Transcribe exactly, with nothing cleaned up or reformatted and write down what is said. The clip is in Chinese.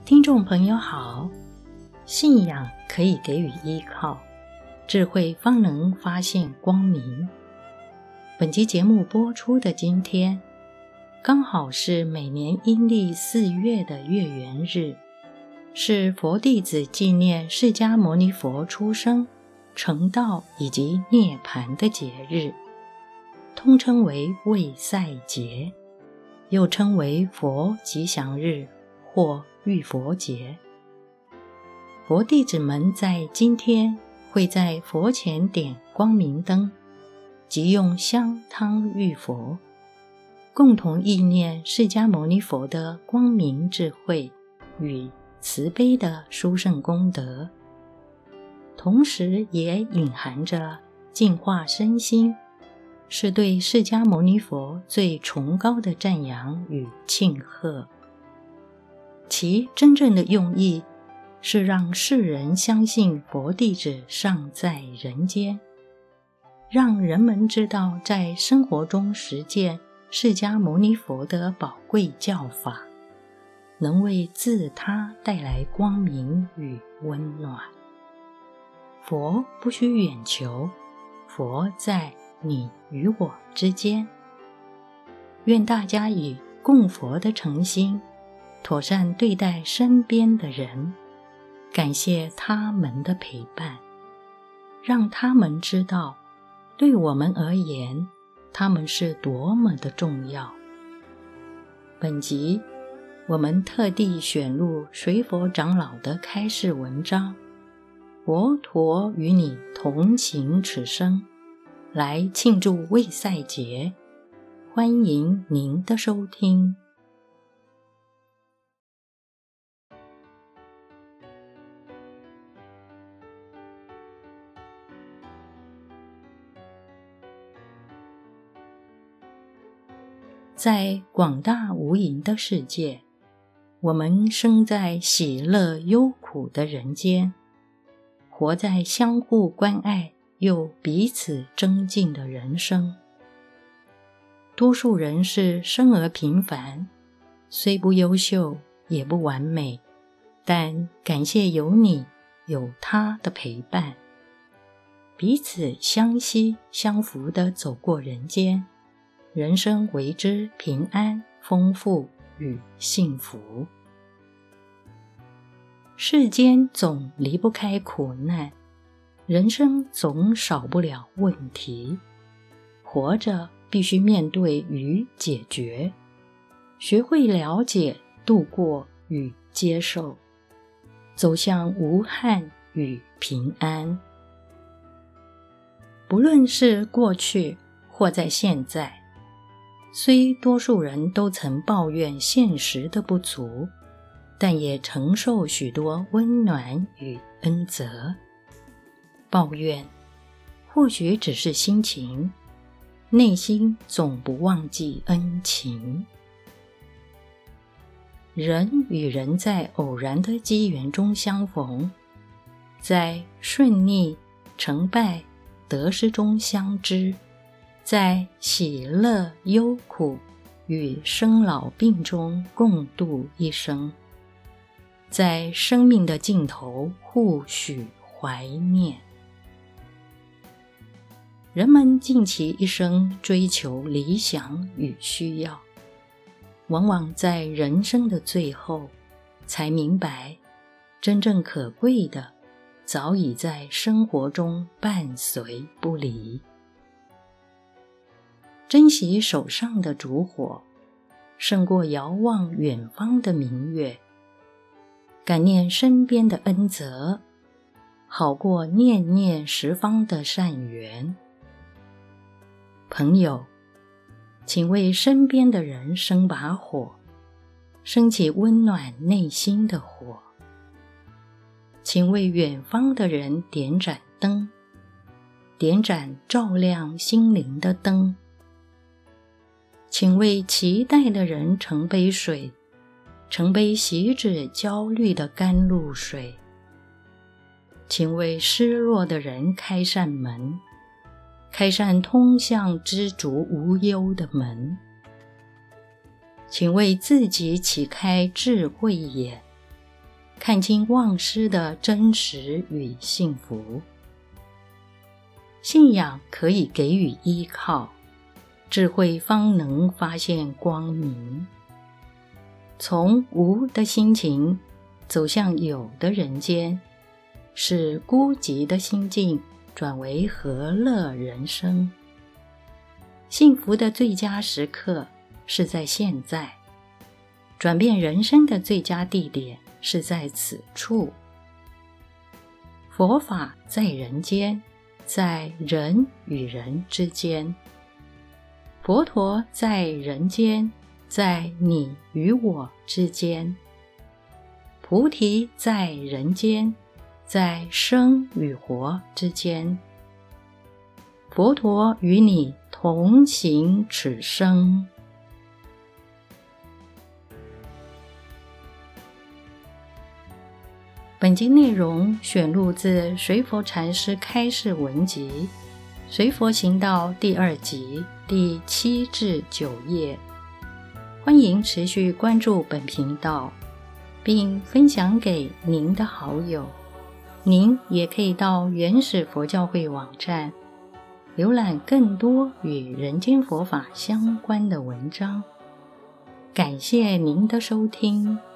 听众朋友好，信仰可以给予依靠，智慧方能发现光明。本期节目播出的今天，刚好是每年阴历四月的月圆日，是佛弟子纪念释迦牟尼佛出生、成道以及涅槃的节日，通称为卫赛节，又称为佛吉祥日或浴佛节。佛弟子们在今天会在佛前点光明灯，即用香汤浴佛，共同意念释迦牟尼佛的光明智慧与慈悲的殊胜功德，同时也隐含着净化身心，是对释迦牟尼佛最崇高的赞扬与庆贺。其真正的用意是让世人相信佛弟子尚在人间，让人们知道在生活中实践释迦牟尼佛的宝贵教法，能为自他带来光明与温暖。佛不需远求，佛在你与我之间。愿大家以供佛的诚心，妥善对待身边的人，感谢他们的陪伴，让他们知道，对我们而言，他们是多么的重要。本集我们特地选录随佛长老的开示文章，佛陀与你同行此生，来庆祝卫赛节，欢迎您的收听。在广大无垠的世界，我们生在喜乐忧苦的人间，活在相互关爱又彼此增进的人生。多数人是生而平凡，虽不优秀也不完美，但感谢有你有他的陪伴，彼此相惜相扶地走过人间，人生为之平安、丰富与幸福。世间总离不开苦难，人生总少不了问题，活着必须面对与解决，学会了解、度过与接受，走向无憾与平安。不论是过去或在现在，虽多数人都曾抱怨现实的不足，但也承受许多温暖与恩泽。抱怨或许只是心情，内心总不忘记恩情。人与人在偶然的机缘中相逢，在顺逆、成败、得失中相知，在喜乐忧苦与生老病中共度一生，在生命的尽头互许怀念。人们尽其一生追求理想与需要，往往在人生的最后才明白，真正可贵的早已在生活中伴随不离。珍惜手上的烛火，胜过遥望远方的明月；感念身边的恩泽，好过念念十方的善缘。朋友，请为身边的人生把火，升起温暖内心的火；请为远方的人点盏灯，点盏照亮心灵的灯；请为期待的人盛杯水，盛杯洗止焦虑的甘露水；请为失落的人开扇门，开扇通向知足无忧的门；请为自己启开智慧眼， 看清忘失的真实与幸福。信仰可以给予依靠，智慧方能发现光明。从无的心情走向有的人间，使孤寂的心境转为和乐人生。幸福的最佳时刻是在现在，转变人生的最佳地点是在此处。佛法在人间，在人与人之间。佛陀在人间，在你与我之间。菩提在人间，在生与活之间。佛陀与你同行此生。本经内容选录自随佛禅师开示文集随佛行道第二集第七至九页。欢迎持续关注本频道，并分享给您的好友。您也可以到原始佛教会网站浏览更多与人间佛法相关的文章。感谢您的收听。